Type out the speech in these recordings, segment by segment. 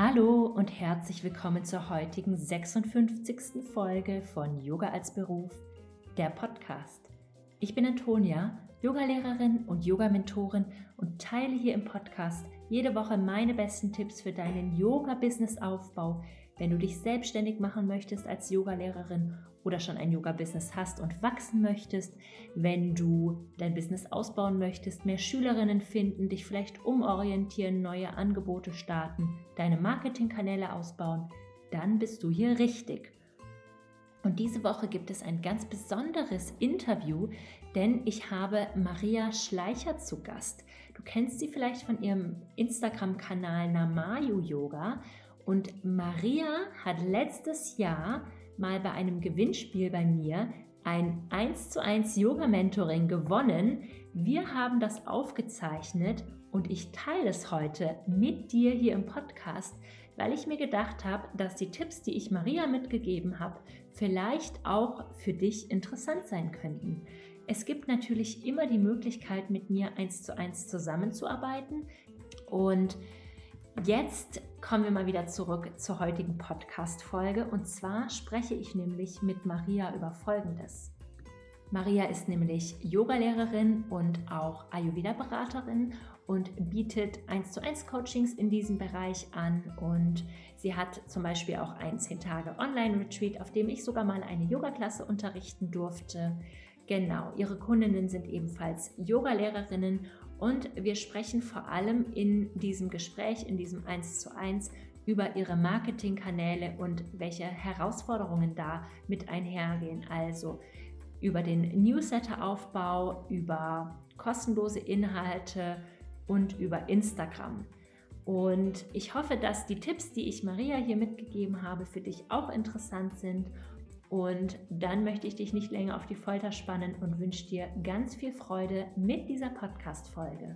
Hallo und herzlich willkommen zur heutigen 56. Folge von Yoga als Beruf, der Podcast. Ich bin Antonia, Yogalehrerin und Yoga-Mentorin und teile hier im Podcast jede Woche meine besten Tipps für deinen Yoga-Business-Aufbau, wenn du dich selbstständig machen möchtest als Yogalehrerin oder schon ein Yoga-Business hast und wachsen möchtest, wenn du dein Business ausbauen möchtest, mehr Schülerinnen finden, dich vielleicht umorientieren, neue Angebote starten, deine Marketingkanäle ausbauen, dann bist du hier richtig. Und diese Woche gibt es ein ganz besonderes Interview, denn ich habe Maria Schleicher zu Gast. Du kennst sie vielleicht von ihrem Instagram-Kanal Namayu Yoga. Und Maria hat letztes Jahr mal bei einem Gewinnspiel bei mir ein 1:1 Yoga-Mentoring gewonnen. Wir haben das aufgezeichnet und ich teile es heute mit dir hier im Podcast, weil ich mir gedacht habe, dass die Tipps, die ich Maria mitgegeben habe, vielleicht auch für dich interessant sein könnten. Es gibt natürlich immer die Möglichkeit, mit mir 1:1 zusammenzuarbeiten. Und jetzt kommen wir mal wieder zurück zur heutigen Podcast-Folge. Und zwar spreche ich nämlich mit Maria über Folgendes. Maria ist nämlich Yogalehrerin und auch Ayurveda-Beraterin und bietet 1:1 Coachings in diesem Bereich an. Und sie hat zum Beispiel auch ein 10 Tage Online-Retreat, auf dem ich sogar mal eine Yoga-Klasse unterrichten durfte. Genau, ihre Kundinnen sind ebenfalls Yogalehrerinnen und wir sprechen vor allem in diesem Gespräch, in diesem 1:1 über ihre Marketingkanäle und welche Herausforderungen da mit einhergehen. Also über den Newsletter-Aufbau, über kostenlose Inhalte und über Instagram. Und ich hoffe, dass die Tipps, die ich Maria hier mitgegeben habe, für dich auch interessant sind. Und dann möchte ich dich nicht länger auf die Folter spannen und wünsche dir ganz viel Freude mit dieser Podcast-Folge.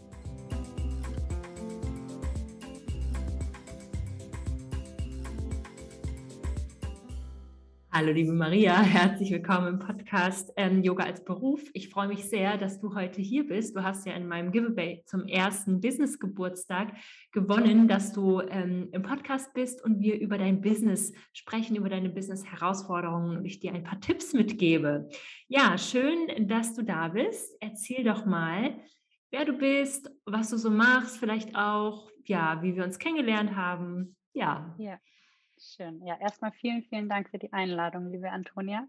Hallo liebe Maria, herzlich willkommen im Podcast Yoga als Beruf. Ich freue mich sehr, dass du heute hier bist. Du hast ja in meinem Giveaway zum ersten Business-Geburtstag gewonnen, dass du im Podcast bist und wir über dein Business sprechen, über deine Business-Herausforderungen und ich dir ein paar Tipps mitgebe. Ja, schön, dass du da bist. Erzähl doch mal, wer du bist, was du so machst, vielleicht auch, ja, wie wir uns kennengelernt haben. Ja. Ja, schön. Ja, erstmal vielen, vielen Dank für die Einladung, liebe Antonia.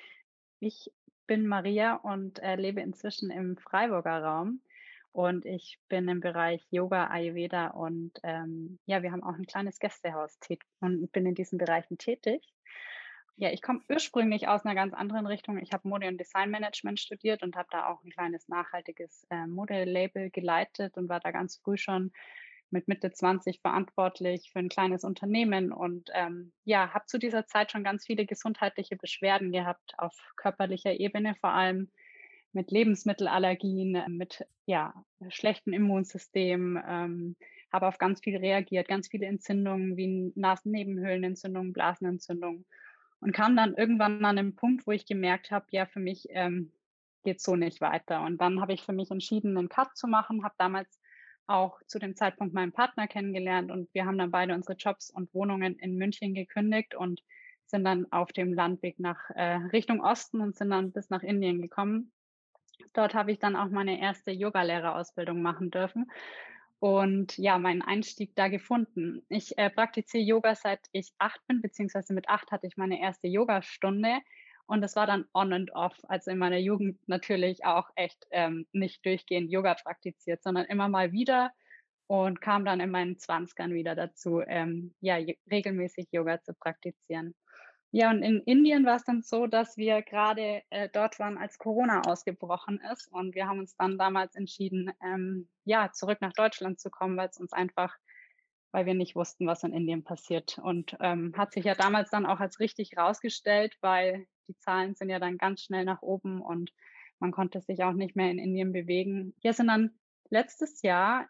Ich bin Maria und lebe inzwischen im Freiburger Raum und ich bin im Bereich Yoga, Ayurveda und ja, wir haben auch ein kleines Gästehaus und bin in diesen Bereichen tätig. Ja, ich komme ursprünglich aus einer ganz anderen Richtung. Ich habe Mode- und Designmanagement studiert und habe da auch ein kleines nachhaltiges Modelabel geleitet und war da ganz früh schon mit Mitte 20 verantwortlich für ein kleines Unternehmen und, ja, habe zu dieser Zeit schon ganz viele gesundheitliche Beschwerden gehabt, auf körperlicher Ebene vor allem, mit Lebensmittelallergien, mit, ja, schlechtem Immunsystem, habe auf ganz viel reagiert, ganz viele Entzündungen wie Nasennebenhöhlenentzündung, Blasenentzündung und kam dann irgendwann an 'nem Punkt, wo ich gemerkt habe, ja, für mich, geht's so nicht weiter. Und dann habe ich für mich entschieden, 'nen Cut zu machen, habe damals auch zu dem Zeitpunkt meinen Partner kennengelernt und wir haben dann beide unsere Jobs und Wohnungen in München gekündigt und sind dann auf dem Landweg nach Richtung Osten und sind dann bis nach Indien gekommen. Dort habe ich dann auch meine erste Yogalehrerausbildung machen dürfen und ja, meinen Einstieg da gefunden. Ich praktiziere Yoga, seit ich 8 bin, beziehungsweise mit 8 hatte ich meine erste Yogastunde und das war dann on and off. Also in meiner Jugend natürlich auch echt nicht durchgehend Yoga praktiziert, sondern immer mal wieder und kam dann in meinen Zwanzigern wieder dazu, ja, regelmäßig Yoga zu praktizieren. Ja, und in Indien war es dann so, dass wir gerade dort waren, als Corona ausgebrochen ist. Und wir haben uns dann damals entschieden, ja, zurück nach Deutschland zu kommen, weil's uns einfach weil wir nicht wussten, was in Indien passiert. Und, hat sich ja damals dann auch als richtig rausgestellt, weil die Zahlen sind ja dann ganz schnell nach oben und man konnte sich auch nicht mehr in Indien bewegen. Wir sind dann letztes Jahr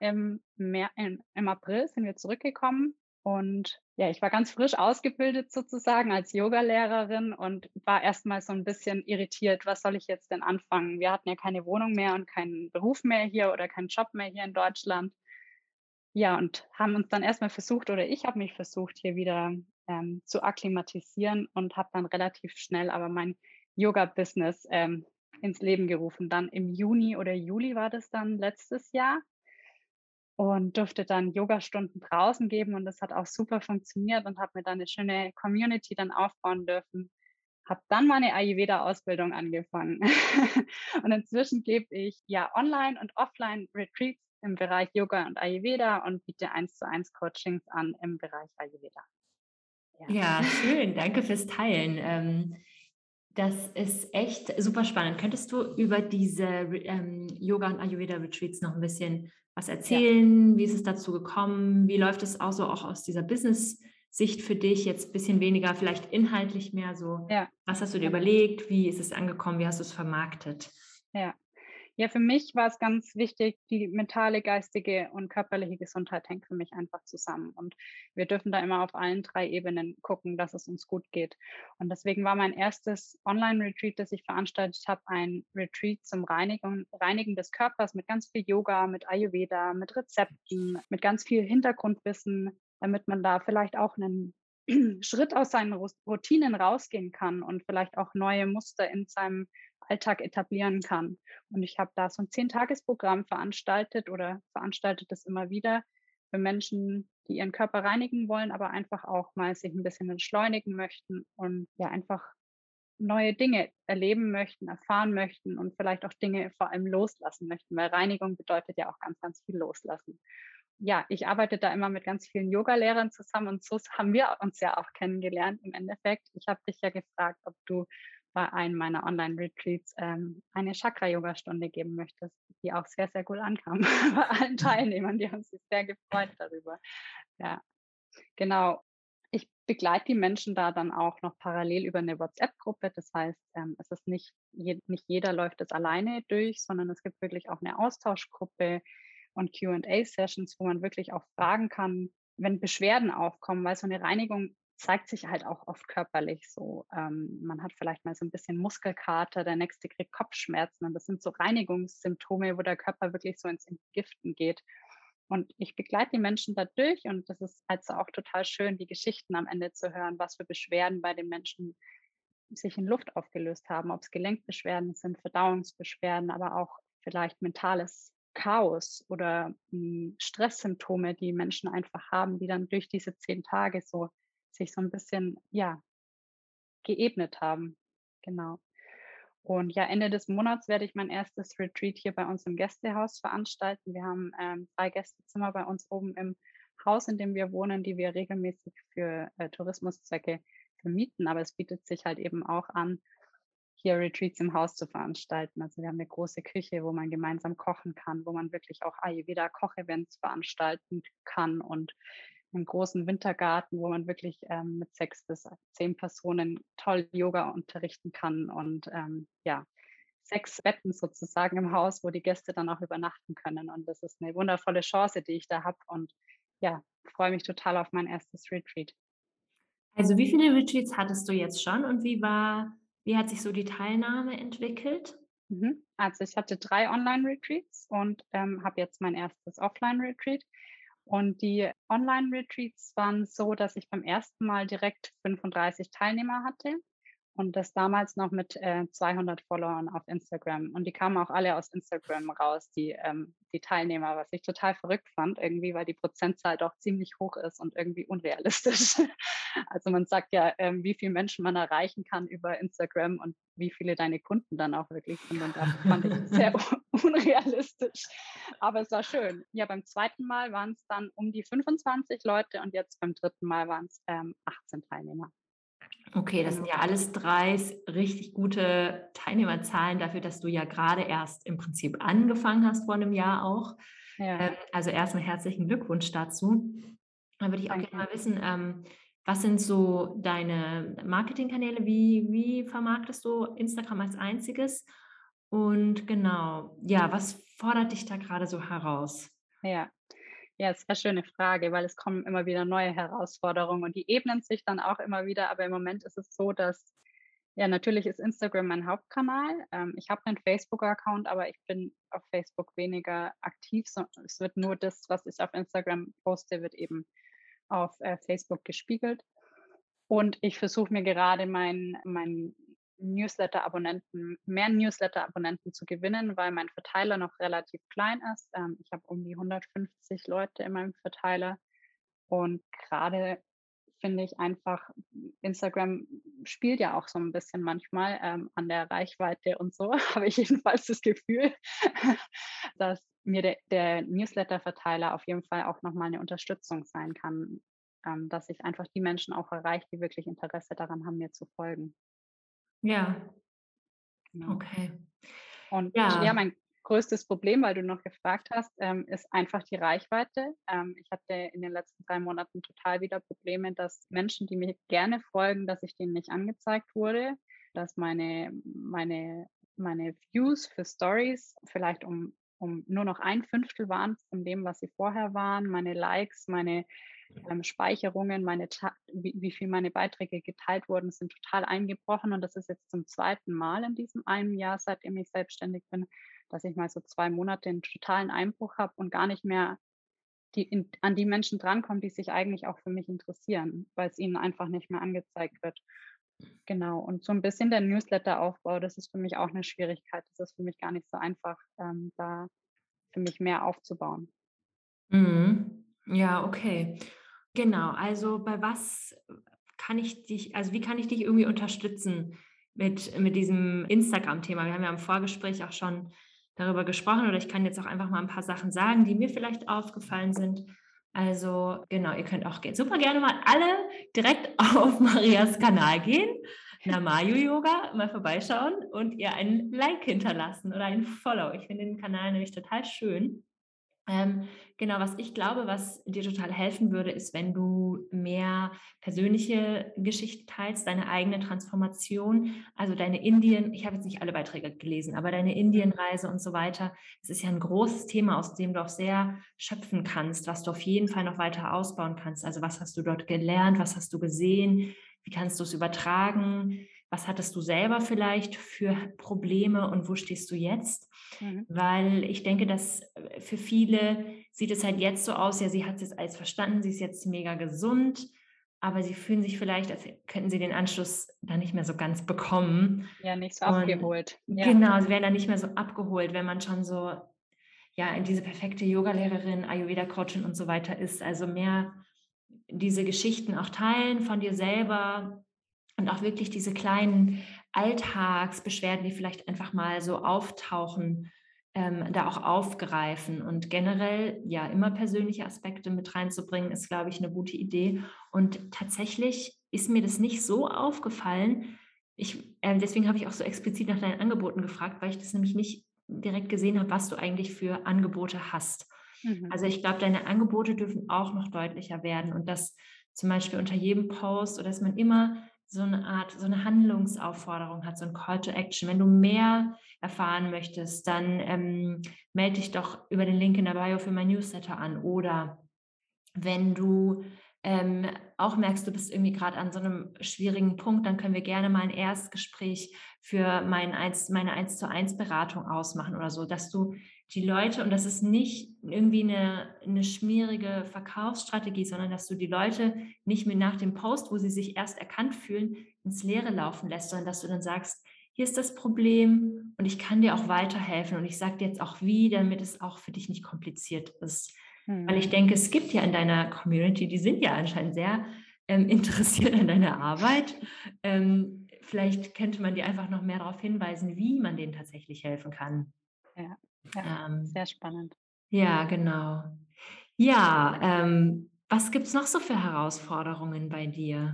im April sind wir zurückgekommen und ja, ich war ganz frisch ausgebildet sozusagen als Yogalehrerin und war erst mal so 'n bisschen irritiert: „Was soll ich jetzt denn anfangen?“ Wir hatten ja keine Wohnung mehr und keinen Beruf mehr hier oder keinen Job mehr hier in Deutschland. Ja, und haben uns dann erst mal versucht oder ich habe mich versucht, hier wieder, zu akklimatisieren und habe dann relativ schnell aber mein Yoga-Business, ins Leben gerufen. Dann im Juni oder Juli war das dann letztes Jahr und durfte dann Yogastunden draußen geben und das hat auch super funktioniert und habe mir dann 'ne schöne Community dann aufbauen dürfen. Habe dann meine Ayurveda-Ausbildung angefangen. Und inzwischen gebe ich, ja, Online und Offline Retreats im Bereich Yoga und Ayurveda und biete Eins-zu-eins Coachings an im Bereich Ayurveda. Ja. Ja, schön. Danke fürs Teilen. Das ist echt super spannend. Könntest du über diese Yoga und Ayurveda Retreats noch ein bisschen was Ja, erzählen? Wie ist es dazu gekommen? Wie läuft es auch so auch aus dieser Business-Sicht für dich? Jetzt ein bisschen weniger vielleicht inhaltlich mehr so, ja, was hast du dir genau. überlegt? Wie ist es angekommen? Wie hast du es vermarktet? Ja. Ja, für mich war es ganz wichtig, die mentale, geistige und körperliche Gesundheit hängt für mich einfach zusammen. Und wir dürfen da immer auf allen 3 Ebenen gucken, dass es uns gut geht. Und deswegen war mein erstes Online-Retreat, das ich veranstaltet habe, ein Retreat zum Reinigen des Körpers mit ganz viel Yoga, mit Ayurveda, mit Rezepten, mit ganz viel Hintergrundwissen, damit man da vielleicht auch einen Schritt aus seinen Routinen rausgehen kann und vielleicht auch neue Muster in seinem Alltag etablieren kann. Und ich habe da so 'n Zehntagesprogramm veranstaltet oder veranstalte das immer wieder für Menschen, die ihren Körper reinigen wollen, aber einfach auch mal sich 'n bisschen entschleunigen möchten und ja, einfach neue Dinge erleben möchten, erfahren möchten und vielleicht auch Dinge vor allem loslassen möchten, weil Reinigung bedeutet ja auch ganz, ganz viel loslassen. Ja, ich arbeite da immer mit ganz vielen Yogalehrern zusammen und so haben wir uns ja auch kennengelernt im Endeffekt. Ich habe dich ja gefragt, ob du bei einem meiner Online-Retreats, eine Chakra-Yogastunde geben möchtest, die auch sehr, sehr gut ankam bei allen Teilnehmern. Die haben sich sehr gefreut darüber. Ja, genau. Ich begleite die Menschen da dann auch noch parallel über eine WhatsApp-Gruppe. Das heißt, es ist nicht jeder läuft das alleine durch, sondern es gibt wirklich auch eine Austauschgruppe und Q&A-Sessions, wo man wirklich auch fragen kann, wenn Beschwerden aufkommen, weil so eine Reinigung zeigt sich halt auch oft körperlich so. Man hat vielleicht mal so ein bisschen Muskelkater, der Nächste kriegt Kopfschmerzen und das sind so Reinigungssymptome, wo der Körper wirklich so ins Entgiften geht. Und ich begleite die Menschen da durch und das ist also auch total schön, die Geschichten am Ende zu hören, was für Beschwerden bei den Menschen sich in Luft aufgelöst haben, ob es Gelenkbeschwerden sind, Verdauungsbeschwerden, aber auch vielleicht mentales Chaos oder, Stresssymptome, die Menschen einfach haben, die dann durch diese 10 Tage so sich so ein bisschen, ja, geebnet haben. Genau. Und ja, Ende des Monats werde ich mein erstes Retreat hier bei uns im Gästehaus veranstalten. Wir haben, 3 Gästezimmer bei uns oben im Haus, in dem wir wohnen, die wir regelmäßig für, Tourismuszwecke vermieten. Aber es bietet sich halt eben auch an, hier Retreats im Haus zu veranstalten. Also wir haben eine große Küche, wo man gemeinsam kochen kann, wo man wirklich auch Ayurveda-Kochevents veranstalten kann und einen großen Wintergarten, wo man wirklich, mit 6 bis 10 Personen toll Yoga unterrichten kann und, ja, 6 Betten sozusagen im Haus, wo die Gäste dann auch übernachten können. Und das ist eine wundervolle Chance, die ich da habe und ja, freue mich total auf mein erstes Retreat. Also, wie viele Retreats hattest du jetzt schon und wie hat sich so die Teilnahme entwickelt? Mhm. Also, ich hatte 3 Online-Retreats und, habe jetzt mein erstes Offline-Retreat. Und die Online-Retreats waren so, dass ich beim ersten Mal direkt 35 Teilnehmer hatte und das damals noch mit, 200 Followern auf Instagram. Und die kamen auch alle aus Instagram raus, die Teilnehmer, was ich total verrückt fand irgendwie, weil die Prozentzahl doch ziemlich hoch ist und irgendwie unrealistisch. Also, man sagt ja, wie viel Menschen man erreichen kann über Instagram und wie viele deine Kunden dann auch wirklich sind. Und das fand ich sehr unrealistisch. Aber es war schön. Ja, beim zweiten Mal waren es dann um die 25 Leute und jetzt beim dritten Mal waren's, 18 Teilnehmer. Okay, das sind Genau. ja alles 3 richtig gute Teilnehmerzahlen dafür, dass du ja gerade erst im Prinzip angefangen hast vor einem Jahr auch. Ja, Also, erst herzlichen Glückwunsch dazu. Dann würde ich auch gerne danke. mal wissen, was sind so deine Marketingkanäle? Wie vermarktest du Instagram als einziges? Und genau, ja, was fordert dich da gerade so heraus? Ja. Ja, sehr schöne Frage, weil es kommen immer wieder neue Herausforderungen und die ebnen sich dann auch immer wieder. Aber im Moment ist es so, dass Ja, natürlich ist Instagram mein Hauptkanal. Ich habe einen Facebook-Account, aber ich bin auf Facebook weniger aktiv, so es wird nur das, was ich auf Instagram poste, wird eben auf, Facebook gespiegelt. Und ich versuche mir gerade mein Newsletter-Abonnenten mehr Newsletter-Abonnenten zu gewinnen, weil mein Verteiler noch relativ klein ist. Ich habe um die 150 Leute in meinem Verteiler und gerade finde ich einfach, Instagram spielt ja auch so ein bisschen manchmal, an der Reichweite und so, habe ich jedenfalls das Gefühl, dass mir der Newsletter-Verteiler auf jeden Fall auch noch mal 'ne Unterstützung sein kann, dass ich einfach die Menschen auch erreiche, die wirklich Interesse daran haben, mir zu folgen. Ja, Genau. okay. Und ja, Ja. mein größtes Problem, weil du noch gefragt hast, ist einfach die Reichweite. Ich hatte in den letzten 3 Monaten total wieder Probleme, dass Menschen, die mir gerne folgen, dass ich denen nicht angezeigt wurde, dass meine Views für Stories vielleicht um nur noch 1/5 waren von dem, was sie vorher waren. Meine Likes, meine Speicherungen, wie viel meine Beiträge geteilt wurden, sind total eingebrochen und das ist jetzt zum zweiten Mal in diesem einen Jahr, seitdem ich selbstständig bin, dass ich mal so 2 Monate 'n totalen Einbruch habe und gar nicht mehr an die Menschen drankomme, die sich eigentlich auch für mich interessieren, weil es ihnen einfach nicht mehr angezeigt wird. Genau, und so ein bisschen der Newsletteraufbau, das ist für mich auch eine Schwierigkeit. Das ist für mich gar nicht so einfach, da für mich mehr aufzubauen. Mhm. Ja, okay. Genau, also bei was kann ich dich also wie kann ich dich irgendwie unterstützen mit diesem Instagram-Thema? Wir haben ja im Vorgespräch auch schon darüber gesprochen oder ich kann jetzt auch einfach mal ein paar Sachen sagen, die mir vielleicht aufgefallen sind. Also, genau, ihr könnt auch super gerne mal alle direkt auf Marias Kanal gehen, Namayu Yoga, mal vorbeischauen und ihr ein Like hinterlassen oder ein Follow. Ich finde den Kanal nämlich total schön. Genau, was ich glaube, was dir total helfen würde, ist, wenn du mehr persönliche Geschichten teilst, deine eigene Transformation, also deine Indien ich habe jetzt nicht alle Beiträge gelesen, aber deine Mhm. Indienreise und so weiter. Es ist ja ein großes Thema, aus dem du auch sehr schöpfen kannst, was du auf jeden Fall noch weiter ausbauen kannst. Also, was hast du dort gelernt? Was hast du gesehen? Wie kannst du es übertragen? Was hattest du selber vielleicht für Probleme und wo stehst du jetzt? Mhm. Weil ich denke, dass für viele sieht es halt jetzt so aus, ja, sie hat es jetzt alles verstanden, sie ist jetzt mega gesund, aber sie fühlen sich vielleicht, als könnten sie den Anschluss da nicht mehr so ganz bekommen. Ja, nicht so Und abgeholt. Ja. genau, sie werden dann nicht mehr so abgeholt, wenn man schon so, ja, in diese perfekte Yogalehrerin, Ayurveda-Coachin und so weiter ist. Also mehr diese Geschichten auch teilen von dir selber und auch wirklich diese kleinen Alltagsbeschwerden, die vielleicht einfach mal so auftauchen, da auch aufgreifen. Und generell, ja, immer persönliche Aspekte mit reinzubringen, ist, glaube ich, eine gute Idee. Und tatsächlich ist mir das nicht so aufgefallen. Deswegen habe ich auch so explizit nach deinen Angeboten gefragt, weil ich das nämlich nicht direkt gesehen habe, was du eigentlich für Angebote hast. Mhm. Also ich glaube, deine Angebote dürfen auch noch deutlicher werden und dass zum Beispiel unter jedem Post oder dass man immer so eine Art, so eine Handlungsaufforderung hat, so ein Call to Action. Wenn du mehr erfahren möchtest, dann melde dich doch über den Link in der Bio für mein Newsletter an. Oder wenn du auch merkst, du bist irgendwie gerade an so einem schwierigen Punkt, dann können wir gerne mal ein Erstgespräch für meine 1:1 Beratung ausmachen oder so, dass du die Leute und das ist nicht irgendwie eine schmierige Verkaufsstrategie, sondern dass du die Leute nicht mehr nach dem Post, wo sie sich erst erkannt fühlen, ins Leere laufen lässt, sondern dass du dann sagst: „Hier ist das Problem und ich kann dir auch weiterhelfen und ich sage dir jetzt auch wie, damit es auch für dich nicht kompliziert ist.“ Weil Mhm. ich denke, es gibt ja in deiner Community, die sind ja anscheinend sehr, interessiert an deiner Arbeit. Vielleicht könnte man die einfach noch mehr darauf hinweisen, wie man denen tatsächlich helfen kann. Ja, ja, Ähm, sehr spannend. ja, genau. Ja, was gibt's noch so für Herausforderungen bei dir?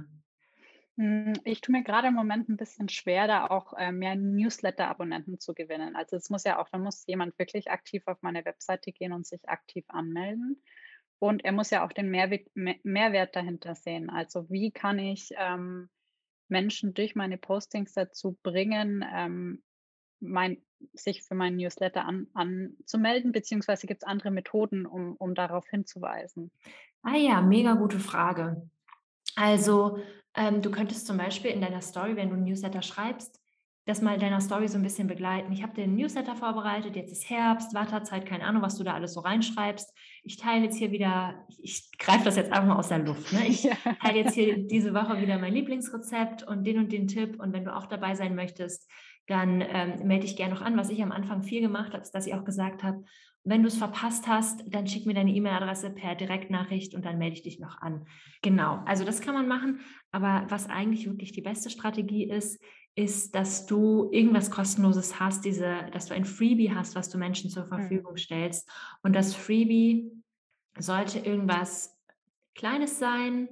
Ich tue mir gerade im Moment ein bisschen schwer, da auch, mehr Newsletter-Abonnenten zu gewinnen. Also, es muss ja auch da muss jemand wirklich aktiv auf meine Webseite gehen und sich aktiv anmelden. Und er muss ja auch den Mehrwert dahinter sehen. Also, wie kann ich, Menschen durch meine Postings dazu bringen, mein sich für meinen Newsletter anzumelden, beziehungsweise gibt es andere Methoden, um darauf hinzuweisen? Ah ja, mega gute Frage. Also, du könntest zum Beispiel in deiner Story, wenn du 'n Newsletter schreibst, das mal in deiner Story so ein bisschen begleiten. Ich habe den Newsletter vorbereitet, jetzt ist Herbst, Wartezeit, keine Ahnung, was du da alles so reinschreibst. Ich teile jetzt hier wieder ich greife das jetzt einfach mal aus der Luft, ne? Ich Ja. teile jetzt hier diese Woche wieder mein Lieblingsrezept und den Tipp und wenn du auch dabei sein möchtest, dann, melde dich gerne noch an. Was ich am Anfang viel gemacht habe, ist, dass ich auch gesagt habe: „Wenn du es verpasst hast, dann schick mir deine E-Mail-Adresse per Direktnachricht und dann melde ich dich noch an.“ Genau, also das kann man machen. Aber was eigentlich wirklich die beste Strategie ist, ist, dass du irgendwas Kostenloses hast, dass du ein Freebie hast, was du Menschen zur Mhm. Verfügung stellst. Und das Freebie sollte irgendwas Kleines sein,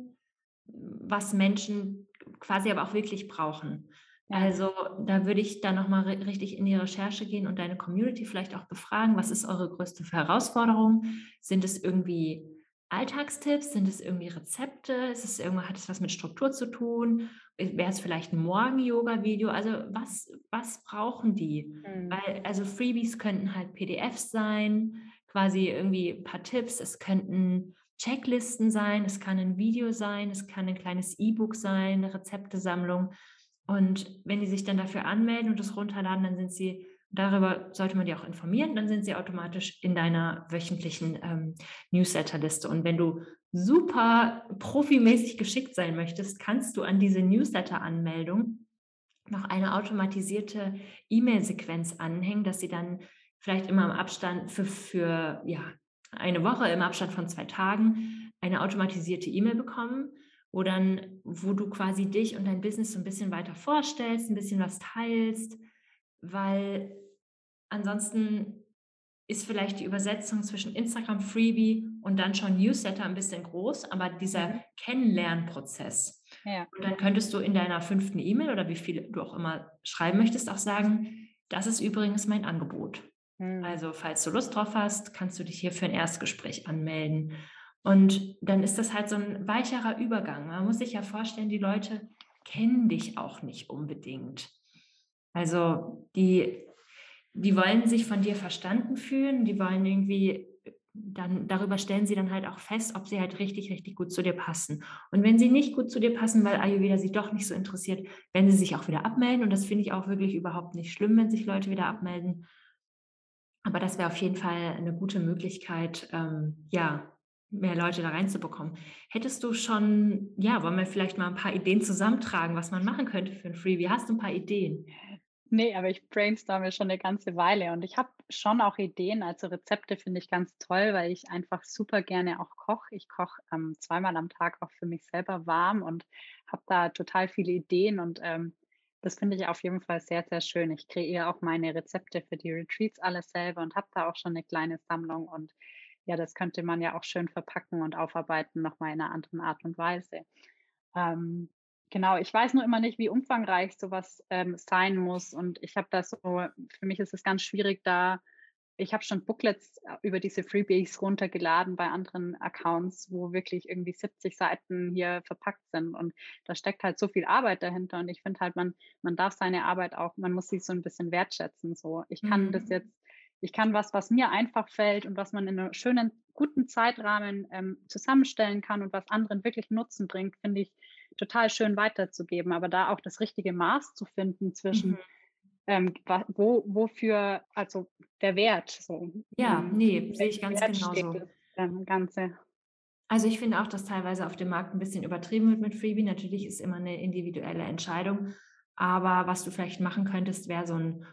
was Menschen quasi aber auch wirklich brauchen. Ja. Also da würde ich dann nochmal richtig in die Recherche gehen und deine Community vielleicht auch befragen, was ist eure größte Herausforderung? Sind es irgendwie Alltagstipps? Sind es irgendwie Rezepte? Hat es was mit Struktur zu tun? Wäre es vielleicht ein Morgen-Yoga-Video? Also was brauchen die? Mhm. Weil, also Freebies könnten halt PDFs sein, quasi irgendwie ein paar Tipps. Es könnten Checklisten sein, es kann ein Video sein, es kann ein kleines E-Book sein, eine Rezeptesammlung. Und wenn die sich dann dafür anmelden und das runterladen, dann sind sie darüber sollte man die auch informieren, dann sind sie automatisch in deiner wöchentlichen, Newsletterliste. Und wenn du super profimäßig geschickt sein möchtest, kannst du an diese Newsletter-Anmeldung noch eine automatisierte E-Mail-Sequenz anhängen, dass sie dann vielleicht immer im Abstand für ja, eine Woche, im Abstand von 2 Tagen eine automatisierte E-Mail bekommen, wo du quasi dich und dein Business so ein bisschen weiter vorstellst, ein bisschen was teilst, weil ansonsten ist vielleicht die Übersetzung zwischen Instagram Freebie und dann schon Newsletter ein bisschen groß, aber dieser Mhm. Kennenlernprozess Ja. und dann könntest du in deiner fünften E-Mail oder wie viel du auch immer schreiben möchtest, auch sagen: „Das ist übrigens mein Angebot. Mhm. Also, falls du Lust drauf hast, kannst du dich hier für ein Erstgespräch anmelden.“ Und dann ist das halt so ein weicherer Übergang. Man muss sich ja vorstellen, die Leute kennen dich auch nicht unbedingt. Also, die wollen sich von dir verstanden fühlen, die wollen irgendwie dann darüber stellen sie dann halt auch fest, ob sie halt richtig, richtig gut zu dir passen. Und wenn sie nicht gut zu dir passen, weil Ayurveda sie doch nicht so interessiert, werden sie sich auch wieder abmelden. Und das finde ich auch wirklich überhaupt nicht schlimm, wenn sich Leute wieder abmelden. Aber das wäre auf jeden Fall eine gute Möglichkeit, ja, mehr Leute da reinzubekommen. Hättest du schon, ja, wollen wir vielleicht mal ein paar Ideen zusammentragen, was man machen könnte für ein Freebie? Hast du ein paar Ideen? Ne, aber ich brainstorme schon eine ganze Weile und ich habe schon auch Ideen. Also, Rezepte finde ich ganz toll, weil ich einfach super gerne auch koche. Ich koche, zweimal am Tag auch für mich selber warm und habe da total viele Ideen und, das finde ich auf jeden Fall sehr, sehr schön. Ich kreiere auch meine Rezepte für die Retreats alles selber und habe da auch schon eine kleine Sammlung und ja, das könnte man ja auch schön verpacken und aufarbeiten, noch mal in 'ner anderen Art und Weise. Ähm, genau, ich weiß nur immer nicht, wie umfangreich sowas sein muss und ich habe da so für mich ist es ganz schwierig, da ich habe schon Booklets über diese Freebies runtergeladen bei anderen Accounts, wo wirklich irgendwie 70 Seiten hier verpackt sind und da steckt halt so viel Arbeit dahinter und ich finde halt, man darf seine Arbeit auch man muss sie so ein bisschen wertschätzen so. Mhm. Ich kann was mir einfach fällt und was man in 'nem schönen, guten Zeitrahmen, zusammenstellen kann und was anderen wirklich Nutzen bringt, finde ich total schön weiterzugeben. Aber da auch das richtige Maß zu finden Mhm. zwischen, wa wo wofür also der Wert so, Ja, ne, für sehe ich welchen ganz Wert steht genauso. das, Ganze? Also, ich finde auch, dass teilweise auf dem Markt ein bisschen übertrieben wird mit Freebie. Natürlich ist immer eine individuelle Entscheidung, aber was du vielleicht machen könntest, wäre so ein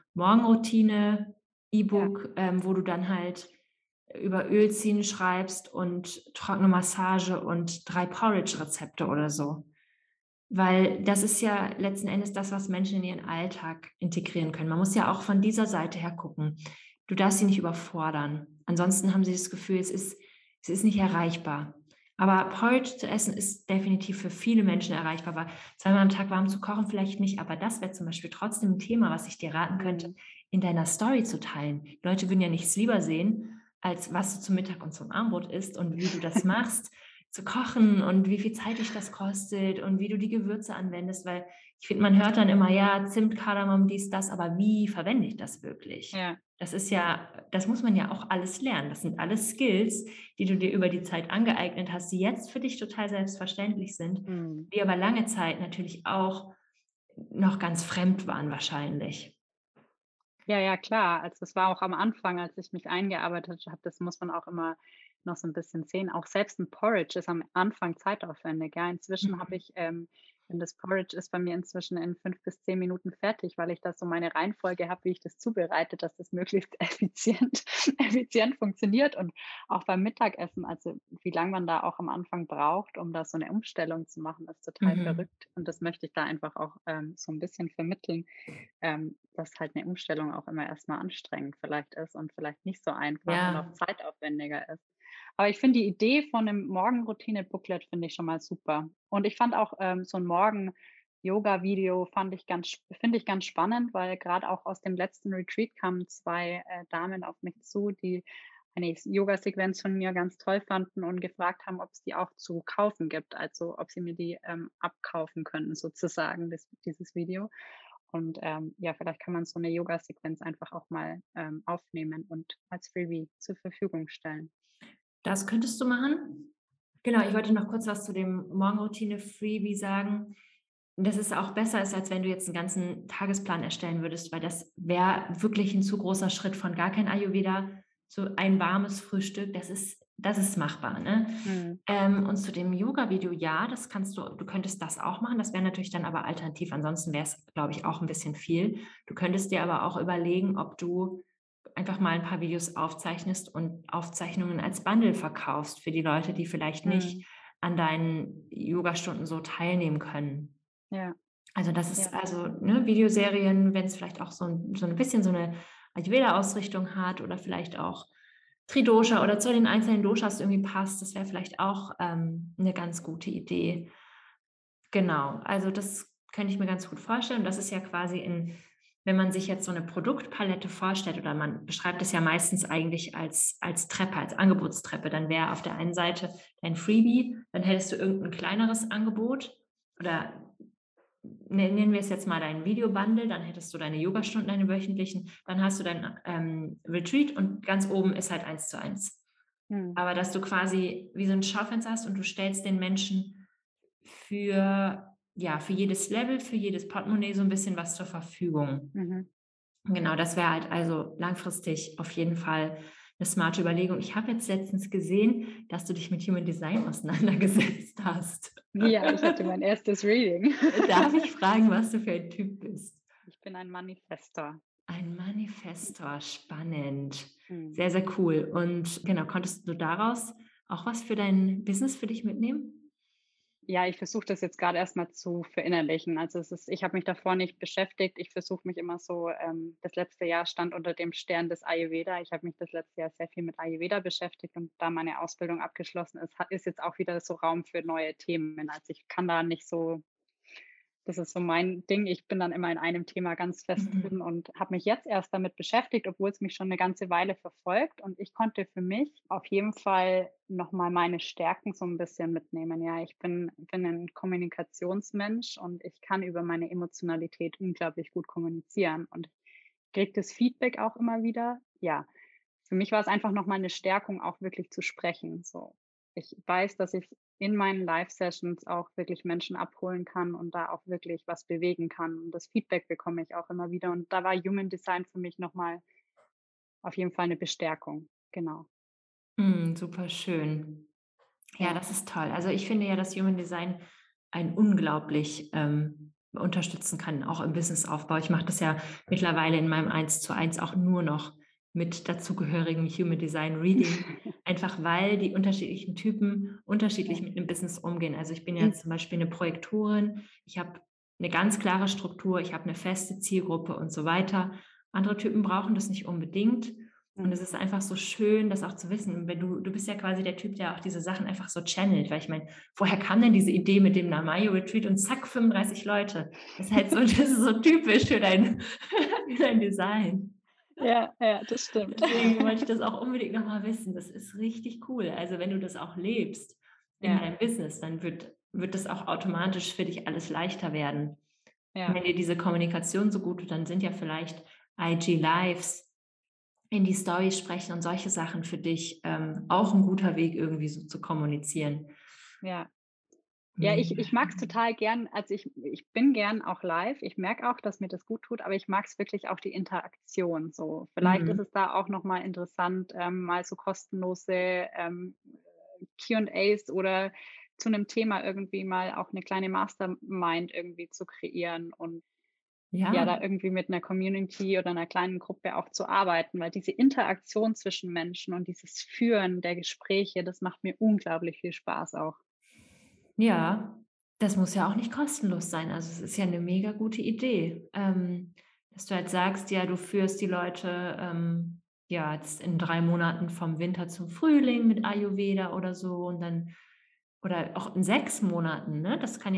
Ja. Morgenroutine-E-Book, wo du dann halt über Ölziehen schreibst und trockene Massage und 3 Porridge-Rezepte oder so. Weil das ist ja letzten Endes das, was Menschen in ihren Alltag integrieren können. Man muss ja auch von dieser Seite her gucken. Du darfst sie nicht überfordern. Ansonsten haben sie das Gefühl, es ist nicht erreichbar. Aber Porridge zu essen ist definitiv für viele Menschen erreichbar. Aber zweimal am Tag warm zu kochen vielleicht nicht. Aber das wäre zum Beispiel trotzdem ein Thema, was ich dir raten könnte, Mhm. in deiner Story zu teilen. Die Leute würden ja nichts lieber sehen, als was du zum Mittag und zum Abendbrot isst und wie du das machst, zu kochen und wie viel Zeit dich das kostet und wie du die Gewürze anwendest, weil ich finde, man hört dann immer, ja, Zimt, Kardamom, dies, das, aber wie verwende ich das wirklich? Ja. Das ist ja, das muss man ja auch alles lernen. Das sind alles Skills, die du dir über die Zeit angeeignet hast, die jetzt für dich total selbstverständlich sind, Mhm. die aber lange Zeit natürlich auch noch ganz fremd waren wahrscheinlich. Ja, ja, klar. Also, es war auch am Anfang, als ich mich eingearbeitet habe, das muss man auch immer noch so ein bisschen sehen. Auch selbst ein Porridge ist am Anfang zeitaufwendig, ja. Inzwischen habe Mhm. ich wenn das Porridge ist bei mir inzwischen in 5 bis 10 Minuten fertig, weil ich da so meine Reihenfolge habe, wie ich das zubereite, dass das möglichst effizient funktioniert und auch beim Mittagessen, also, wie lang man da auch am Anfang braucht, um da so eine Umstellung zu machen, ist total Mhm. verrückt. Und das möchte ich da einfach auch so ein bisschen vermitteln, dass halt eine Umstellung auch immer erst mal anstrengend vielleicht ist und vielleicht nicht so einfach und auch Ja, zeitaufwendiger ist. Aber ich finde die Idee von 'nem Morgenroutine-Booklet finde ich schon mal super. Und ich fand auch, so 'n Morgen-Yoga-Video finde ich ganz spannend, weil grad auch aus dem letzten Retreat kamen 2 Damen auf mich zu, die eine Yogasequenz von mir ganz toll fanden und gefragt haben, ob's die auch zu kaufen gibt, also ob sie mir die, abkaufen können sozusagen, dieses Video. Und, ja, vielleicht kann man so 'ne Yogasequenz einfach auch mal, aufnehmen und als Freebie zur Verfügung stellen. das könntest du machen. Genau, ich wollte noch kurz was zu dem Morgenroutine-Freebie sagen. Dass es auch besser ist, als wenn du jetzt einen ganzen Tagesplan erstellen würdest, weil das wäre wirklich ein zu großer Schritt von gar kein Ayurveda zu ein warmes Frühstück. Das ist machbar, ne? Mhm. Und zu dem Yoga-Video, ja, das kannst du könntest das auch machen. Das wäre natürlich dann aber alternativ. Ansonsten wäre es, glaube ich, auch ein bisschen viel. Du könntest dir aber auch überlegen, ob du einfach mal ein paar Videos aufzeichnest und Aufzeichnungen als Bundle verkaufst für die Leute, die vielleicht Mhm. nicht an deinen Yogastunden so teilnehmen können. Ja, Also, das ja. ist also, ne, Videoserien, wenn es vielleicht auch so 'n bisschen so 'ne Ayurveda-Ausrichtung hat oder vielleicht auch Tridosha oder zu den einzelnen Doshas irgendwie passt, das wäre vielleicht auch, 'ne ganz gute Idee. Genau, also das könnte ich mir ganz gut vorstellen. Das ist ja quasi wenn man sich jetzt so eine Produktpalette vorstellt oder man beschreibt es ja meistens eigentlich als Treppe, als Angebotstreppe, dann wäre auf der einen Seite dein Freebie, dann hättest du irgendein kleineres Angebot oder nennen wir es jetzt mal dein Videobundle, dann hättest du deine Yogastunden, deine wöchentlichen, dann hast du dein, Retreat und ganz oben ist halt Eins-zu-eins. Mhm. Aber dass du quasi wie so ein Schaufenster hast und du stellst den Menschen für jedes Level, für jedes Portemonnaie so ein bisschen was zur Verfügung. Mhm. Genau, das wäre halt also langfristig auf jeden Fall eine smarte Überlegung. Ich habe jetzt letztens gesehen, dass du dich mit Human Design auseinandergesetzt hast. Ja, ich hatte mein erstes Reading. Darf ich fragen, was du für ein Typ bist? Ich bin ein Manifestor. Ein Manifestor, spannend. Mhm. Sehr, sehr cool. Und genau, konntest du daraus auch was für dein Business für dich mitnehmen? Ja, ich versuche das jetzt gerade erst mal zu verinnerlichen. Also, es ist ich habe mich davor nicht beschäftigt. Ich versuche mich immer so das letzte Jahr stand unter dem Stern des Ayurveda. Ich habe mich das letzte Jahr sehr viel mit Ayurveda beschäftigt und da meine Ausbildung abgeschlossen ist, ist jetzt auch wieder so Raum für neue Themen. Also, ich kann da nicht so das ist so mein Ding. Ich bin dann immer in einem Thema ganz fest Mhm. drin und habe mich jetzt erst damit beschäftigt, obwohl es mich schon eine ganze Weile verfolgt. Und ich konnte für mich auf jeden Fall noch mal meine Stärken so ein bisschen mitnehmen. Ja, ich bin ein Kommunikationsmensch und ich kann über meine Emotionalität unglaublich gut kommunizieren und kriege das Feedback auch immer wieder. Ja, für mich war es einfach noch mal 'ne Stärkung, auch wirklich zu sprechen, so. Ich weiß, dass ich in meinen Live-Sessions auch wirklich Menschen abholen kann und da auch wirklich was bewegen kann. Und das Feedback bekomme ich auch immer wieder. Und da war Human Design für mich noch mal auf jeden Fall 'ne Bestärkung. Genau, Super schön. Ja, ja. das ist toll. Also, ich finde ja, dass Human Design einen unglaublich, unterstützen kann, auch im Businessaufbau. Ich mache das ja mittlerweile in meinem Eins-zu-eins auch nur noch mit dazugehörigem Human Design Reading, einfach weil die unterschiedlichen Typen unterschiedlich Ja. mit 'nem Business umgehen. Also, ich bin ja zum Beispiel eine Projektorin, ich habe eine ganz klare Struktur, ich habe eine feste Zielgruppe und so weiter. Andere Typen brauchen das nicht unbedingt. Und es Mhm. ist einfach so schön, das auch zu wissen. Wenn du bist ja quasi der Typ, der auch diese Sachen einfach so channelt, weil ich meine, woher kam denn diese Idee mit dem Namayo-Retreat und zack, 35 Leute? Das ist halt so das ist so typisch für dein für dein Design. Ja, ja, das stimmt. Deswegen wollte ich das auch unbedingt noch mal wissen. Das ist richtig cool. Also, wenn du das auch lebst in Ja, deinem Business, dann wird das auch automatisch für dich alles leichter werden. Und ja. wenn dir diese Kommunikation so gut tut, dann sind ja vielleicht IG Lives, in die Story sprechen und solche Sachen für dich auch ein guter Weg, irgendwie so zu kommunizieren. Ja. Ja, Mega. ich mag es total gern. Also, ich bin gern auch live. Ich merke auch, dass mir das gut tut, aber ich mag es wirklich auch die Interaktion so. Vielleicht ist Mhm. es da auch noch mal interessant, mal so kostenlose, Q&As oder zu 'nem Thema irgendwie mal auch 'ne kleine Mastermind irgendwie zu kreieren und ja, Ja, da irgendwie mit 'ner Community oder 'ner kleinen Gruppe auch zu arbeiten, weil diese Interaktion zwischen Menschen und dieses Führen der Gespräche, das macht mir unglaublich viel Spaß auch. ja, das muss ja auch nicht kostenlos sein. Also, es ist ja eine mega gute Idee, dass du halt sagst, ja, du führst die Leute, ja, jetzt in 3 Monaten vom Winter zum Frühling mit Ayurveda oder so und dann oder auch in 6 Monaten, ne?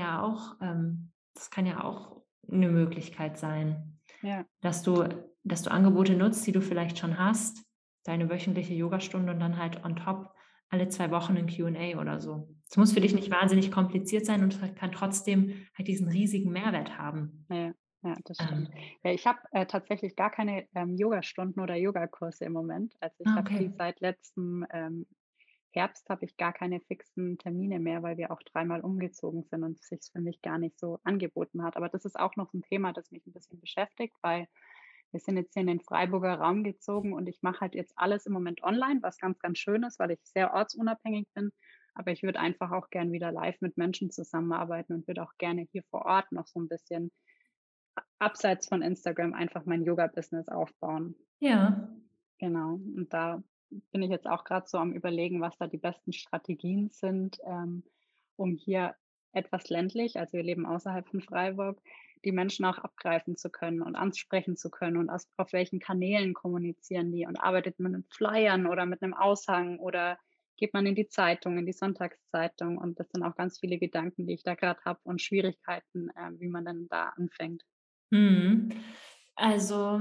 Das kann ja auch eine Möglichkeit sein, Ja, dass du Angebote nutzt, die du vielleicht schon hast, deine wöchentliche Yogastunde und dann halt on top alle 2 Wochen 'n Q&A oder so. Es muss für dich mhm. nicht wahnsinnig kompliziert sein und es kann trotzdem halt diesen riesigen Mehrwert haben. Ja, ja, das stimmt. Ähm, Ja, ich habe, tatsächlich gar keine, Yogastunden oder Yogakurse im Moment. Also, ich habe okay. die seit letztem, Herbst habe ich gar keine fixen Termine mehr, weil wir auch dreimal umgezogen sind und es sich für mich gar nicht so angeboten hat. Aber das ist auch noch ein Thema, das mich ein bisschen beschäftigt, weil wir sind jetzt hier in den Freiburger Raum gezogen und ich mache halt jetzt alles im Moment online, was ganz, ganz schön ist, weil ich sehr ortsunabhängig bin. Aber ich würde einfach auch gern wieder live mit Menschen zusammenarbeiten und würde auch gerne hier vor Ort noch so ein bisschen abseits von Instagram einfach mein Yoga-Business aufbauen. Ja. Genau. Und da bin ich jetzt auch gerade so am Überlegen, was da die besten Strategien sind, um hier etwas ländlich, also wir leben außerhalb von Freiburg, die Menschen auch abgreifen zu können und ansprechen zu können und auf welchen Kanälen kommunizieren die und arbeitet man mit Flyern oder mit einem Aushang oder geht man in die Zeitung, in die Sonntagszeitung und das sind auch ganz viele Gedanken, die ich da gerade habe und Schwierigkeiten, wie man dann da anfängt. Mhm. Also,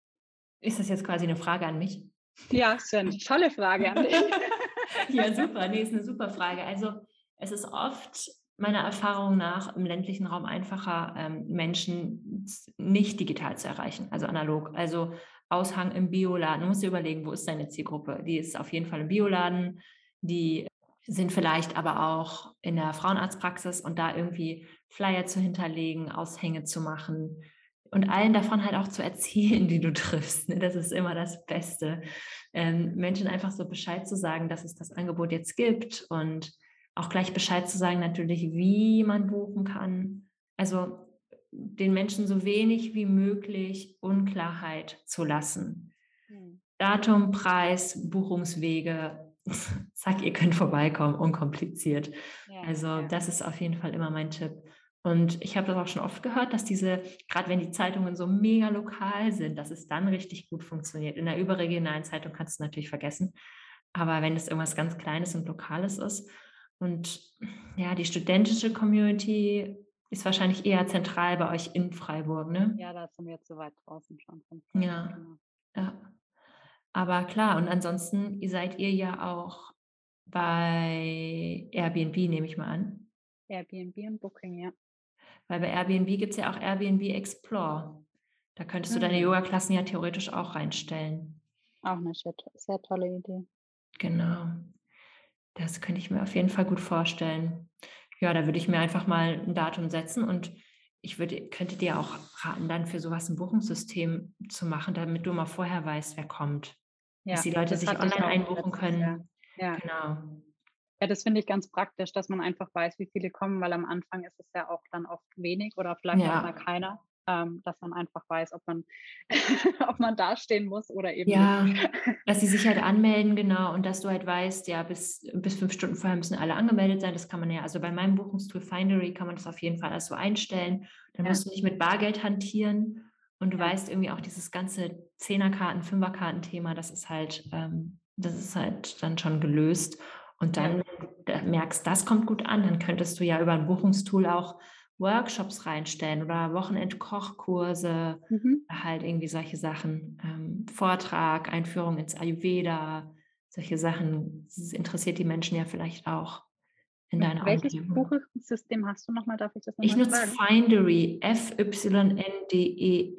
ist das jetzt quasi eine Frage an mich? Ja, ist ja 'ne tolle Frage an dich. Ja, super. Ne, ist 'ne super Frage. Also, es ist oft meiner Erfahrung nach im ländlichen Raum einfacher, Menschen nicht digital zu erreichen, also analog. Also, Aushang im Bioladen. Du musst dir überlegen, wo ist deine Zielgruppe? Die ist auf jeden Fall im Bioladen, die sind vielleicht aber auch in der Frauenarztpraxis und da irgendwie Flyer zu hinterlegen, Aushänge zu machen und allen davon halt auch zu erzählen, die du triffst, ne? Das ist immer das Beste, Menschen einfach so Bescheid zu sagen, dass es das Angebot jetzt gibt und auch gleich Bescheid zu sagen natürlich, wie man buchen kann. Also, den Menschen so wenig wie möglich Unklarheit zu lassen. Mhm. Datum, Preis, Buchungswege, zack, ihr könnt vorbeikommen, unkompliziert. Ja, Also, ja. das ist auf jeden Fall immer mein Tipp. Und ich habe das auch schon oft gehört, dass diese gerade wenn die Zeitungen so mega lokal sind, dass es dann richtig gut funktioniert. In der überregionalen Zeitung kannst du's natürlich vergessen, aber wenn es irgendwas ganz Kleines und Lokales ist und ja, die studentische Community ist wahrscheinlich eher zentral bei euch in Freiburg, ne? Ja, da sind wir zu weit draußen schon von Freiburg, Ja, genau. ja. Aber klar, und ansonsten seid ihr ja auch bei Airbnb, nehme ich mal an. Airbnb und Booking, ja. Weil bei Airbnb gibt es ja auch Airbnb Explore. Da könntest du deine Mhm. Yogaklassen ja theoretisch auch reinstellen. Auch 'ne sehr tolle Idee. Genau. Das könnte ich mir auf jeden Fall gut vorstellen. Ja, da würde ich mir einfach mal ein Datum setzen und könnte dir auch raten, dann für sowas ein Buchungssystem zu machen, damit du mal vorher weißt, wer kommt. Dass Ja, die Leute das sich hatte ich online auch einbuchen letztes Jahr. können. Ja. Genau. Ja, das finde ich ganz praktisch, dass man einfach weiß, wie viele kommen, weil am Anfang ist es ja auch dann oft wenig oder vielleicht auch mal Ja. keiner, dass man einfach weiß, ob man ob man dastehen muss oder eben nicht. Ja, dass sie sich halt anmelden, genau, und dass du halt weißt, ja, bis 5 Stunden vorher müssen alle angemeldet sein. Das kann man ja also bei meinem Buchungstool Findery kann man das auf jeden Fall alles so einstellen. Dann Ja, musst du nicht mit Bargeld hantieren und du ja, weißt irgendwie auch dieses ganze Zehnerkarten, Fünferkarten-Thema, das ist halt dann schon gelöst. Und ja. dann, wenn du merkst, das kommt gut an, dann könntest du ja über ein Buchungstool auch Workshops reinstellen oder Wochenend-Kochkurse, Mhm. halt irgendwie solche Sachen. Vortrag, Einführung ins Ayurveda, solche Sachen. Das interessiert die Menschen ja vielleicht auch. in deiner Welches Umgebung. Buchungssystem hast du nochmal? Darf ich das Ich nochmal nutze fragen? Findery, Fyndery.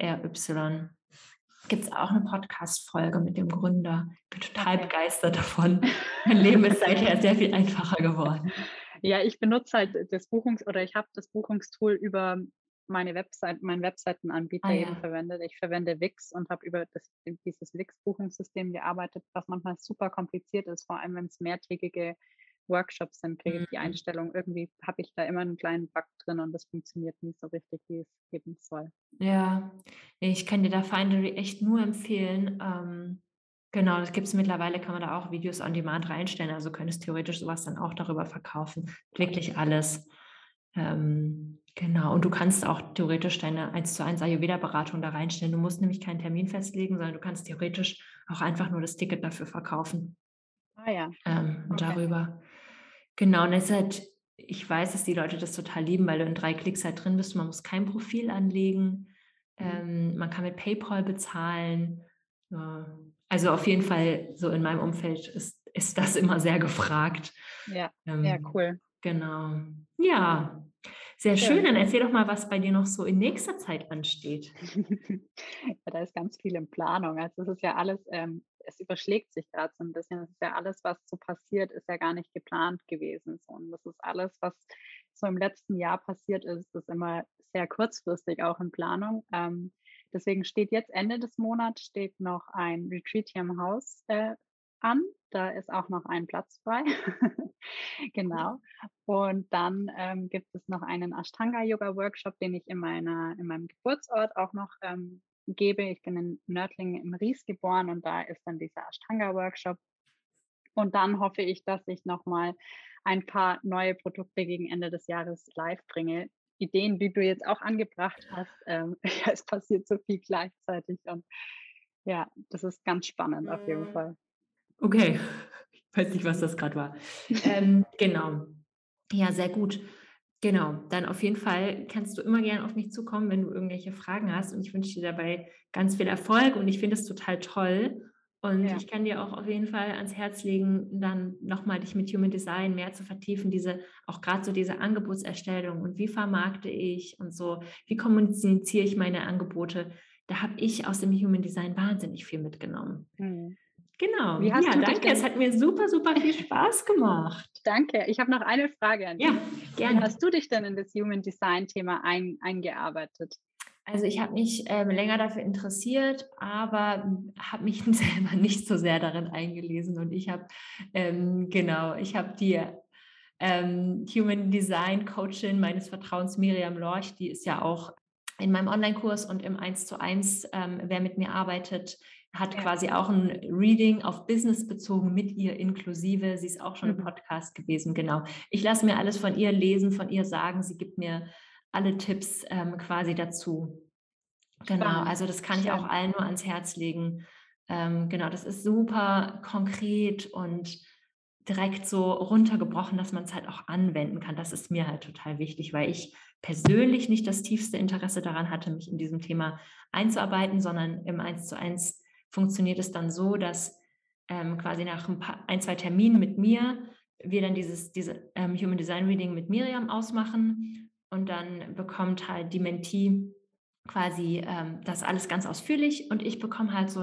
Gibt es auch eine Podcast-Folge mit dem Gründer. Ich bin total Okay. begeistert davon. Mein Leben ist seither sehr viel einfacher geworden. Ja, ich benutze halt ich habe das Buchungstool über meinen Webseitenanbieter eben Ja. verwendet. Ich verwende Wix und habe über dieses Wix-Buchungssystem gearbeitet, was manchmal super kompliziert ist, vor allem wenn es mehrtägige Workshops sind, kriege ich die Mhm. Einstellung irgendwie habe ich da immer einen kleinen Bug drin und das funktioniert nicht so richtig, wie es eben soll. Ja, ich kann dir da Findery echt nur empfehlen. Genau, das gibt es mittlerweile, kann man da auch Videos on Demand reinstellen. Also könntest theoretisch sowas dann auch darüber verkaufen. Wirklich alles. Genau, und du kannst auch theoretisch deine 1:1 Ayurveda-Beratung da reinstellen. Du musst nämlich keinen Termin festlegen, sondern du kannst theoretisch auch einfach nur das Ticket dafür verkaufen. Ah ja, Und okay. darüber. Genau, und es ist halt, ich weiß, dass die Leute das total lieben, weil du in 3 Klicks halt drin bist. Man muss kein Profil anlegen. Mhm. Man kann mit PayPal bezahlen. Also auf jeden Fall, so in meinem Umfeld ist das immer sehr gefragt. Ja, ja, Ähm, cool. genau. Ja, sehr schön. Schön. Dann erzähl doch mal, was bei dir noch so in nächster Zeit ansteht. Ja, da ist ganz viel in Planung. Also, es ist ja alles es überschlägt sich gerade so ein bisschen. Es ist ja alles, was so passiert, ist ja gar nicht geplant gewesen so. Und das ist alles, was so im letzten Jahr passiert ist immer sehr kurzfristig auch in Planung. Deswegen steht jetzt Ende des Monats steht noch ein Retreat hier im Haus, an. Da ist auch noch ein Platz frei. Genau. Und dann, gibt es noch einen Ashtanga-Yoga-Workshop, den ich in meinem Geburtsort auch noch, gebe. Ich bin in Nördlingen im Ries geboren und da ist dann dieser Ashtanga-Workshop. Und dann hoffe ich, dass ich noch mal ein paar neue Produkte gegen Ende des Jahres live bringe. Ideen, wie du jetzt auch angebracht hast. Ja, es passiert so viel gleichzeitig und ja, das ist ganz spannend auf jeden Fall. Okay, ich weiß nicht, was das gerade war. Genau. Ja, sehr gut. Genau, dann auf jeden Fall kannst du immer gerne auf mich zukommen, wenn du irgendwelche Fragen hast und ich wünsche dir dabei ganz viel Erfolg und ich finde es total toll und Ja. ich kann dir auch auf jeden Fall ans Herz legen, dann nochmal dich mit Human Design mehr zu vertiefen, auch gerade so diese Angebotserstellung und wie vermarkte ich und so, wie kommuniziere ich meine Angebote. Da habe ich aus dem Human Design wahnsinnig viel mitgenommen. Mhm. Genau. Wie hast Ja, du dich danke. Es denn hat mir super, super viel Spaß gemacht. Danke. Ich habe noch eine Frage an Ja, dich. Wie gerne. hast du dich denn in das Human Design Thema eingearbeitet? Also ich habe mich länger dafür interessiert, aber habe mich selber nicht so sehr darin eingelesen. Und ich habe die Human Design Coachin meines Vertrauens, Miriam Lorch, die ist ja auch in meinem Online-Kurs und im 1:1, wer mit mir arbeitet, hat Ja. quasi auch ein Reading auf Business bezogen mit ihr inklusive. Sie ist auch schon im Mhm. Podcast gewesen, genau. Ich lasse mir alles von ihr lesen, von ihr sagen. Sie gibt mir alle Tipps quasi dazu. Genau, Spannend. also das kann ich auch Schön. allen nur ans Herz legen. Genau, das ist super konkret und direkt so runtergebrochen, dass man es halt auch anwenden kann. Das ist mir halt total wichtig, weil ich persönlich nicht das tiefste Interesse daran hatte, mich in diesem Thema einzuarbeiten, sondern im 1:1 funktioniert es dann so, dass quasi nach ein, zwei Terminen mit mir wir dann diese Human Design Reading mit Miriam ausmachen und dann bekommt halt die Mentee quasi das alles ganz ausführlich und ich bekomme halt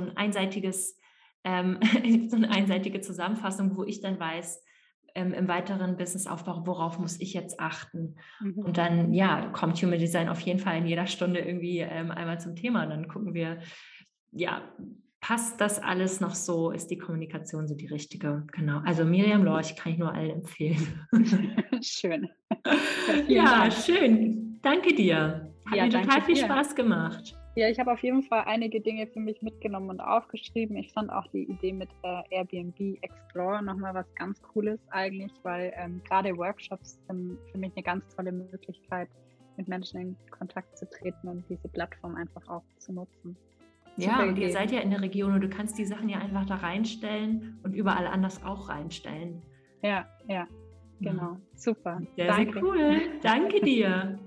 so eine einseitige Zusammenfassung, wo ich dann weiß, im weiteren Businessaufbau, worauf muss ich jetzt achten. Mhm. Und dann, ja, kommt Human Design auf jeden Fall in jeder Stunde irgendwie einmal zum Thema. Und dann gucken wir, ja, passt das alles noch so? Ist die Kommunikation so die richtige? Genau. Also Miriam Lorch kann ich nur allen empfehlen. Schön. Ja, vielen Ja, Dank. schön. Danke dir. Hat Ja, mir danke total viel dir. Spaß gemacht. Ja, ich habe auf jeden Fall einige Dinge für mich mitgenommen und aufgeschrieben. Ich fand auch die Idee mit Airbnb Explorer nochmal was ganz Cooles eigentlich, weil gerade Workshops sind für mich eine ganz tolle Möglichkeit, mit Menschen in Kontakt zu treten und diese Plattform einfach auch zu nutzen. Super Ja, und ihr Idee. seid ja in der Region und du kannst die Sachen ja einfach da reinstellen und überall anders auch reinstellen. Ja, ja, Ja. genau. Super. Sehr, sehr Danke. cool. Danke dir.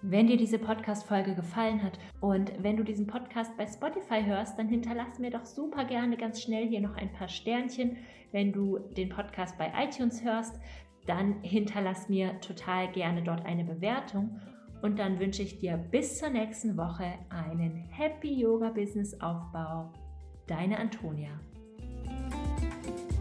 Wenn dir diese Podcast-Folge gefallen hat und wenn du diesen Podcast bei Spotify hörst, dann hinterlass mir doch super gerne ganz schnell hier noch ein paar Sternchen. Wenn du den Podcast bei iTunes hörst, dann hinterlass mir total gerne dort eine Bewertung. Und dann wünsche ich dir bis zur nächsten Woche einen Happy Yoga Business Aufbau. Deine Antonia.